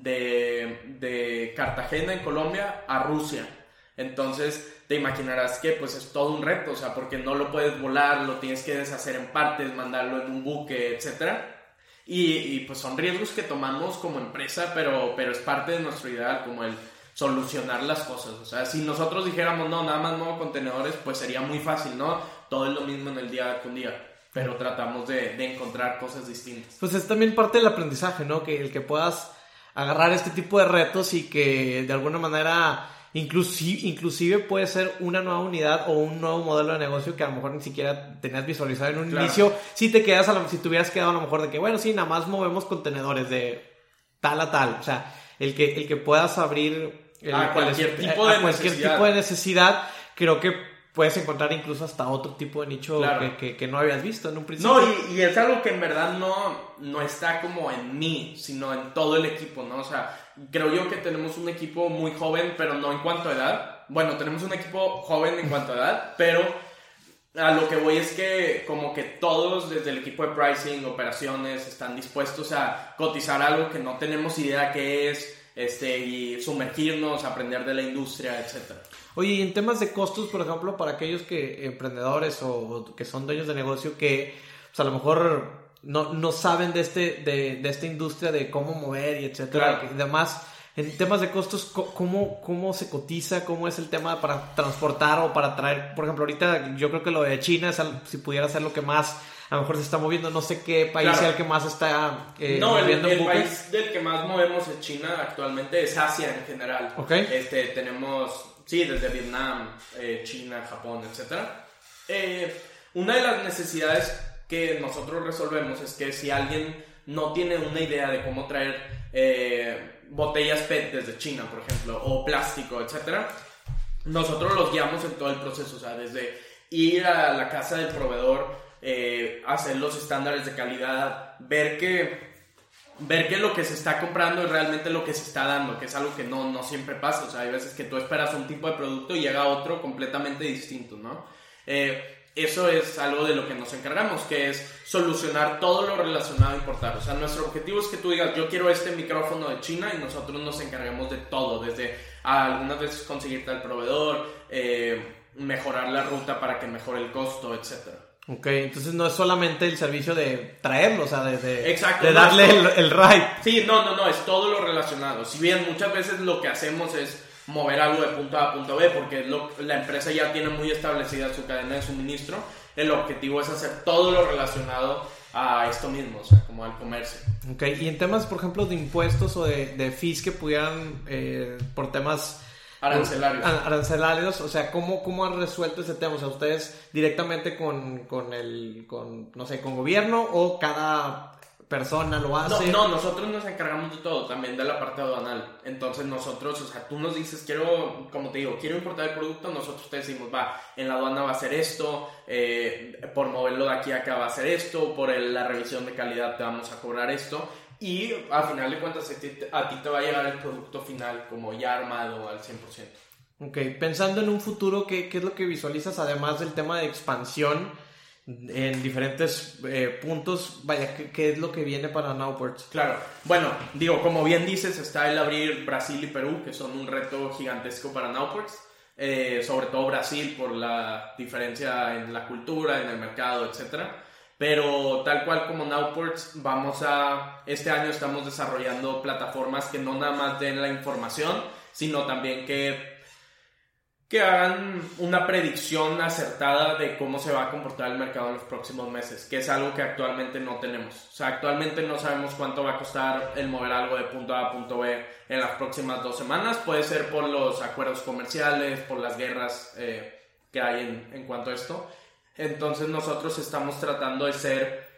de, de Cartagena, en Colombia, a Rusia. Entonces te imaginarás que pues es todo un reto, o sea, porque no lo puedes volar, lo tienes que deshacer en partes, mandarlo en un buque, etcétera. Y, y pues son riesgos que tomamos como empresa, pero, pero es parte de nuestro ideal, como el solucionar las cosas. O sea, si nosotros dijéramos, no, nada más nuevos contenedores, pues sería muy fácil, ¿no? Todo es lo mismo en el día con día, pero tratamos de, de encontrar cosas distintas. Pues es también parte del aprendizaje, ¿no? Que el que puedas agarrar este tipo de retos y que de alguna manera... Inclusive, inclusive puede ser una nueva unidad o un nuevo modelo de negocio que a lo mejor ni siquiera tenías visualizado en un claro. inicio. Si te quedas, a lo, si te hubieras quedado a lo mejor de que, bueno, sí, nada más movemos contenedores de tal a tal. O sea, el que, el que puedas abrir el, a cualquier, el, tipo, a, de a cualquier tipo de necesidad, creo que puedes encontrar incluso hasta otro tipo de nicho claro. que, que, que no habías visto en un principio. No, y, y es algo que en verdad no, no está como en mí, sino en todo el equipo, ¿no? O sea, creo yo que tenemos un equipo muy joven, pero no en cuanto a edad. Bueno, tenemos un equipo joven en cuanto a edad, pero a lo que voy es que como que todos desde el equipo de pricing, operaciones, están dispuestos a cotizar algo que no tenemos idea qué es, este, y sumergirnos, aprender de la industria, etcétera. Oye, y en temas de costos, por ejemplo, para aquellos que emprendedores o, o que son dueños de negocio que pues a lo mejor no, no saben de, este, de, de esta industria, de cómo mover y etcétera, claro. y demás, en temas de costos, ¿cómo, ¿cómo se cotiza? ¿Cómo es el tema para transportar o para traer? Por ejemplo, ahorita yo creo que lo de China, es algo, si pudiera ser lo que más a lo mejor se está moviendo, no sé qué país claro. sea el que más está eh, no, moviendo el, el país del que más movemos es China actualmente, es Asia en general. Okay. Este, tenemos... Sí, desde Vietnam, eh, China, Japón, etcétera. Eh, una de las necesidades que nosotros resolvemos es que si alguien no tiene una idea de cómo traer eh, botellas P E T desde China, por ejemplo, o plástico, etcétera, nosotros los guiamos en todo el proceso, o sea, desde ir a la casa del proveedor, eh, hacer los estándares de calidad, ver que... ver que lo que se está comprando es realmente lo que se está dando, que es algo que no, no siempre pasa. O sea, hay veces que tú esperas un tipo de producto y llega otro completamente distinto, ¿no? Eh, eso es algo de lo que nos encargamos, que es solucionar todo lo relacionado a importar. O sea, nuestro objetivo es que tú digas, yo quiero este micrófono de China, y nosotros nos encargamos de todo, desde algunas veces conseguirte al proveedor, eh, mejorar la ruta para que mejore el costo, etcétera. Ok, entonces no es solamente el servicio de traerlo, o sea, de, de, Exacto, de no, darle el, el ride. Sí, no, no, no, es todo lo relacionado. Si bien muchas veces lo que hacemos es mover algo de punto A a punto B, porque lo, la empresa ya tiene muy establecida su cadena de suministro, el objetivo es hacer todo lo relacionado a esto mismo, o sea, como al comercio. Ok, y en temas, por ejemplo, de impuestos o de, de fees que pudieran, eh, por temas... Arancelarios. Arancelarios, o sea, ¿cómo, cómo han resuelto ese tema? O sea, ¿ustedes directamente con, con el, con, no sé, con gobierno o cada persona lo hace? No, no, nosotros nos encargamos de todo, también de la parte aduanal. Entonces nosotros, o sea, tú nos dices, quiero, como te digo, quiero importar el producto, nosotros te decimos, va, en la aduana va a ser esto, eh, por moverlo de aquí a acá va a ser esto, por el, la revisión de calidad te vamos a cobrar esto. Y al final de cuentas a ti, a ti te va a llegar el producto final como ya armado al cien por ciento. Ok, pensando en un futuro, ¿qué, qué es lo que visualizas además del tema de expansión en diferentes eh, puntos? Vaya, ¿qué, ¿qué es lo que viene para Nowports? Claro, bueno, digo, como bien dices, está el abrir Brasil y Perú, que son un reto gigantesco para Nowports. eh, sobre todo Brasil por la diferencia en la cultura, en el mercado, etcétera. Pero tal cual como Nowports, vamos a, este año estamos desarrollando plataformas que no nada más den la información, sino también que, que hagan una predicción acertada de cómo se va a comportar el mercado en los próximos meses, que es algo que actualmente no tenemos. O sea, actualmente no sabemos cuánto va a costar el mover algo de punto A a punto B en las próximas dos semanas. Puede ser por los acuerdos comerciales, por las guerras eh, que hay en, en cuanto a esto. Entonces nosotros estamos tratando de ser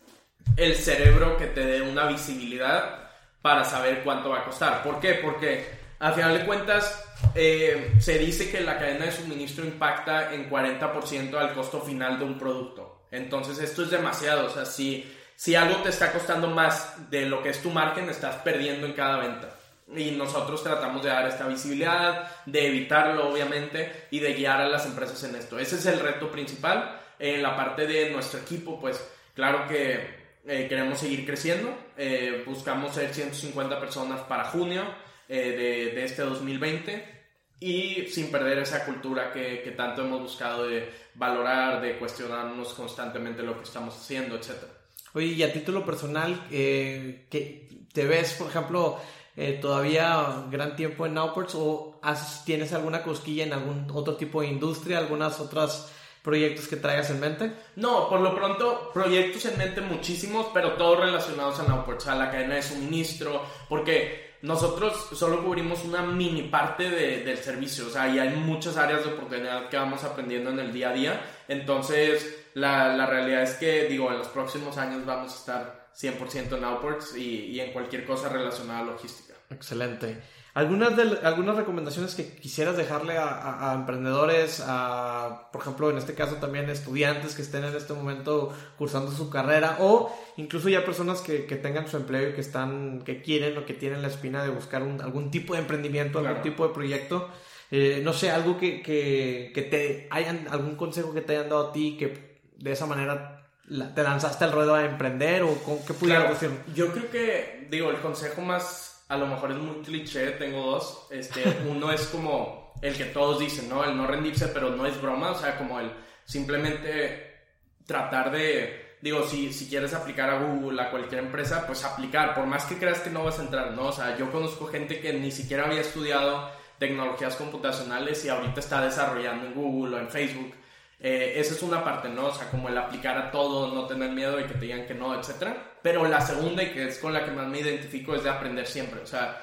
el cerebro que te dé una visibilidad para saber cuánto va a costar. ¿Por qué? Porque al final de cuentas eh, se dice que la cadena de suministro impacta en cuarenta por ciento al costo final de un producto. Entonces esto es demasiado. O sea, si, si algo te está costando más de lo que es tu margen, estás perdiendo en cada venta. Y nosotros tratamos de dar esta visibilidad, de evitarlo obviamente y de guiar a las empresas en esto. Ese es el reto principal. En la parte de nuestro equipo, pues claro que eh, queremos seguir creciendo. Eh, buscamos ser ciento cincuenta personas para junio eh, de, de este dos mil veinte y sin perder esa cultura que, que tanto hemos buscado de valorar, de cuestionarnos constantemente lo que estamos haciendo, etcétera. Oye, y a título personal, eh, ¿qué, ¿te ves, por ejemplo... Eh, todavía gran tiempo en Nowports o has, tienes alguna cosquilla en algún otro tipo de industria, algunas otras proyectos que traigas en mente? No, por lo pronto proyectos en mente muchísimos, pero todos relacionados a Nowports, a la cadena de suministro, porque nosotros solo cubrimos una mini parte de, del servicio, o sea, y hay muchas áreas de oportunidad que vamos aprendiendo en el día a día. Entonces la, la realidad es que, digo, en los próximos años vamos a estar cien por ciento en Nowports y, y en cualquier cosa relacionada a logística. Excelente. ¿Algunas, de, algunas recomendaciones que quisieras dejarle a, a, a emprendedores, a, por ejemplo, en este caso también estudiantes que estén en este momento cursando su carrera o incluso ya personas que, que tengan su empleo y que están, que quieren o que tienen la espina de buscar un, algún tipo de emprendimiento, claro, algún tipo de proyecto? Eh, no sé, algo que, que, que te hayan, algún consejo que te hayan dado a ti que de esa manera te lanzaste al ruedo a emprender o qué pudieras claro, decir. Yo creo que, digo, el consejo más, a lo mejor es muy cliché, tengo dos. Este, uno es como el que todos dicen, ¿no? El no rendirse, pero no es broma, o sea, como el simplemente tratar de, digo, si, si quieres aplicar a Google, a cualquier empresa, pues aplicar, por más que creas que no vas a entrar, ¿no? O sea, yo conozco gente que ni siquiera había estudiado tecnologías computacionales y ahorita está desarrollando en Google o en Facebook. Eh, esa es una parte, ¿no? O sea, como el aplicar a todo, no tener miedo de que te digan que no, etcétera. Pero la segunda, y que es con la que más me identifico, es de aprender siempre. O sea,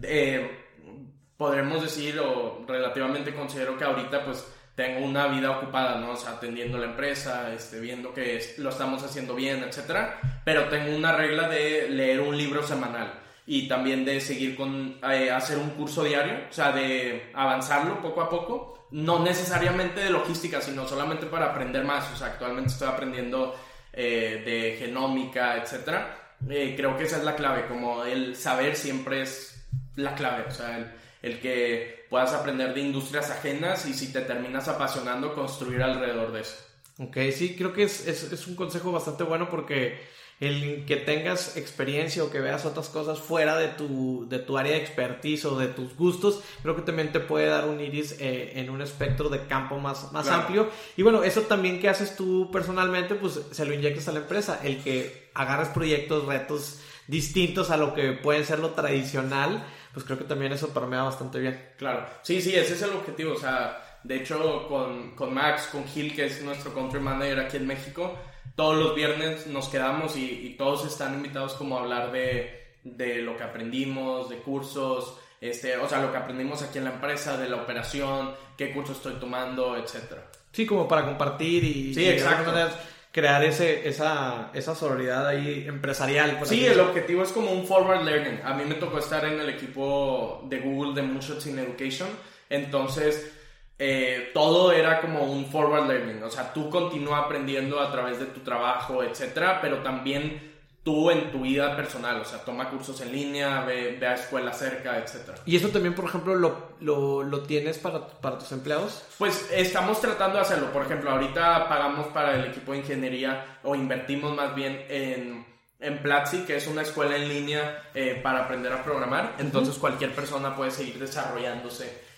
eh, podremos decir, o relativamente considero que ahorita, pues, tengo una vida ocupada, ¿no? O sea, atendiendo la empresa, este, viendo que es, lo estamos haciendo bien, etcétera. Pero tengo una regla de leer un libro semanal y también de seguir con, eh, hacer un curso diario, o sea, de avanzarlo poco a poco. No necesariamente de logística, sino solamente para aprender más. O sea, actualmente estoy aprendiendo eh, de genómica, etcétera. Eh, creo que esa es la clave, como el saber siempre es la clave. O sea, el, el que puedas aprender de industrias ajenas y si te terminas apasionando, construir alrededor de eso. Ok, sí, creo que es, es, es un consejo bastante bueno porque el que tengas experiencia o que veas otras cosas fuera de tu, de tu área de expertise o de tus gustos, creo que también te puede dar un iris eh, en un espectro de campo más, más claro, amplio. Y bueno, eso también que haces tú personalmente, pues se lo inyectas a la empresa. El que agarres proyectos, retos distintos a lo que pueden ser lo tradicional, pues creo que también eso permea bastante bien. Claro, sí, sí, ese es el objetivo. O sea, de hecho, con, con Max, con Gil, que es nuestro country manager aquí en México, todos los viernes nos quedamos y, y todos están invitados como a hablar de, de lo que aprendimos, de cursos, este, o sea, lo que aprendimos aquí en la empresa, de la operación, qué curso estoy tomando, etcétera. Sí, como para compartir y, sí, y exacto, de crear ese, esa, esa sororidad ahí empresarial. Por sí, el objetivo es como un forward learning. A mí me tocó estar en el equipo de Google de Moonshots in Education, entonces Eh, todo era como un forward learning, o sea, tú continúas aprendiendo a través de tu trabajo, etcétera, pero también tú en tu vida personal, o sea, toma cursos en línea, ve, ve a escuela cerca, etcétera. ¿Y eso también, por ejemplo, lo, lo, lo tienes para, para tus empleados? Pues estamos tratando de hacerlo. Por ejemplo, ahorita pagamos para el equipo de ingeniería, o invertimos más bien en, en Platzi, que es una escuela en línea eh, para aprender a programar. Entonces, uh-huh, cualquier persona puede seguir desarrollándose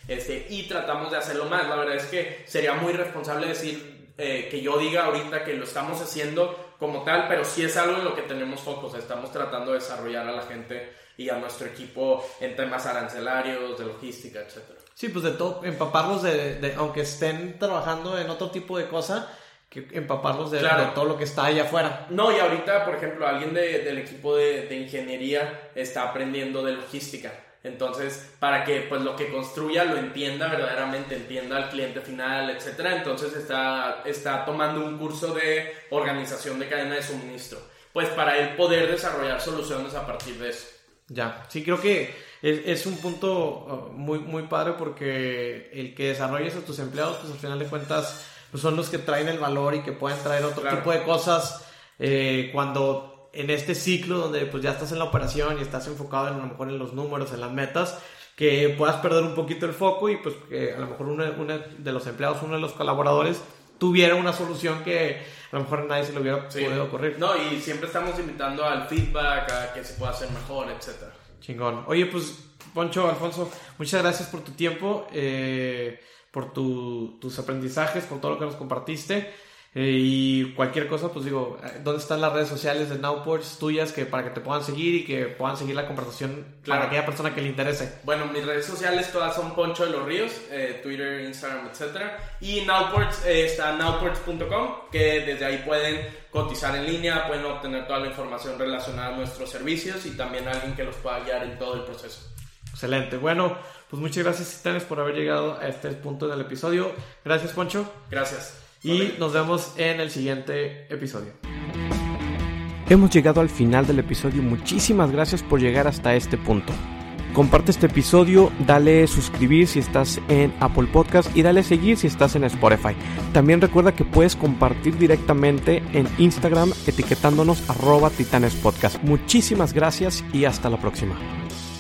Este, y tratamos de hacerlo más. La verdad es que sería muy responsable decir eh, que yo diga ahorita que lo estamos haciendo como tal, pero sí es algo en lo que tenemos foco. O sea, estamos tratando de desarrollar a la gente y a nuestro equipo en temas arancelarios, de logística, etcétera. Sí, pues de todo, empaparlos de, de, aunque estén trabajando en otro tipo de cosa, que empaparlos de, claro. de todo lo que está allá afuera. No, y ahorita, por ejemplo, alguien de, del equipo de, de ingeniería está aprendiendo de logística. Entonces, para que pues lo que construya lo entienda verdaderamente, entienda al cliente final, etcétera. Entonces está, está tomando un curso de organización de cadena de suministro, pues para él poder desarrollar soluciones a partir de eso. Ya, sí, creo que es, es un punto muy, muy padre, porque el que desarrolles a tus empleados, pues al final de cuentas, pues son los que traen el valor y que pueden traer otro claro. tipo de cosas eh, cuando en este ciclo donde pues ya estás en la operación y estás enfocado en, a lo mejor en los números, en las metas, que puedas perder un poquito el foco y pues que a lo mejor uno, uno de los empleados, uno de los colaboradores tuviera una solución que a lo mejor a nadie se le hubiera sí. podido ocurrir. No, y siempre estamos invitando al feedback, a que se pueda hacer mejor, etcétera. Chingón. Oye, pues Poncho, Alfonso, muchas gracias por tu tiempo, eh, por tu, tus aprendizajes, por todo lo que nos compartiste. Eh, y cualquier cosa, pues digo, ¿dónde están las redes sociales de Nowports tuyas que para que te puedan seguir y que puedan seguir la conversación claro. para aquella persona que le interese? Bueno, mis redes sociales todas son Poncho de los Ríos, eh, Twitter, Instagram, etcétera. Y Nowports eh, está nowports punto com, que desde ahí pueden cotizar en línea, pueden obtener toda la información relacionada a nuestros servicios y también alguien que los pueda guiar en todo el proceso. Excelente. Bueno, pues muchas gracias, Titanes, por haber llegado a este punto del episodio. Gracias, Poncho. Gracias. Y nos vemos en el siguiente episodio. Hemos llegado al final del episodio. Muchísimas gracias por llegar hasta este punto. Comparte este episodio, dale suscribir si estás en Apple Podcast y dale seguir si estás en Spotify. También recuerda que puedes compartir directamente en Instagram etiquetándonos arroba Titanes Podcast. Muchísimas gracias y hasta la próxima.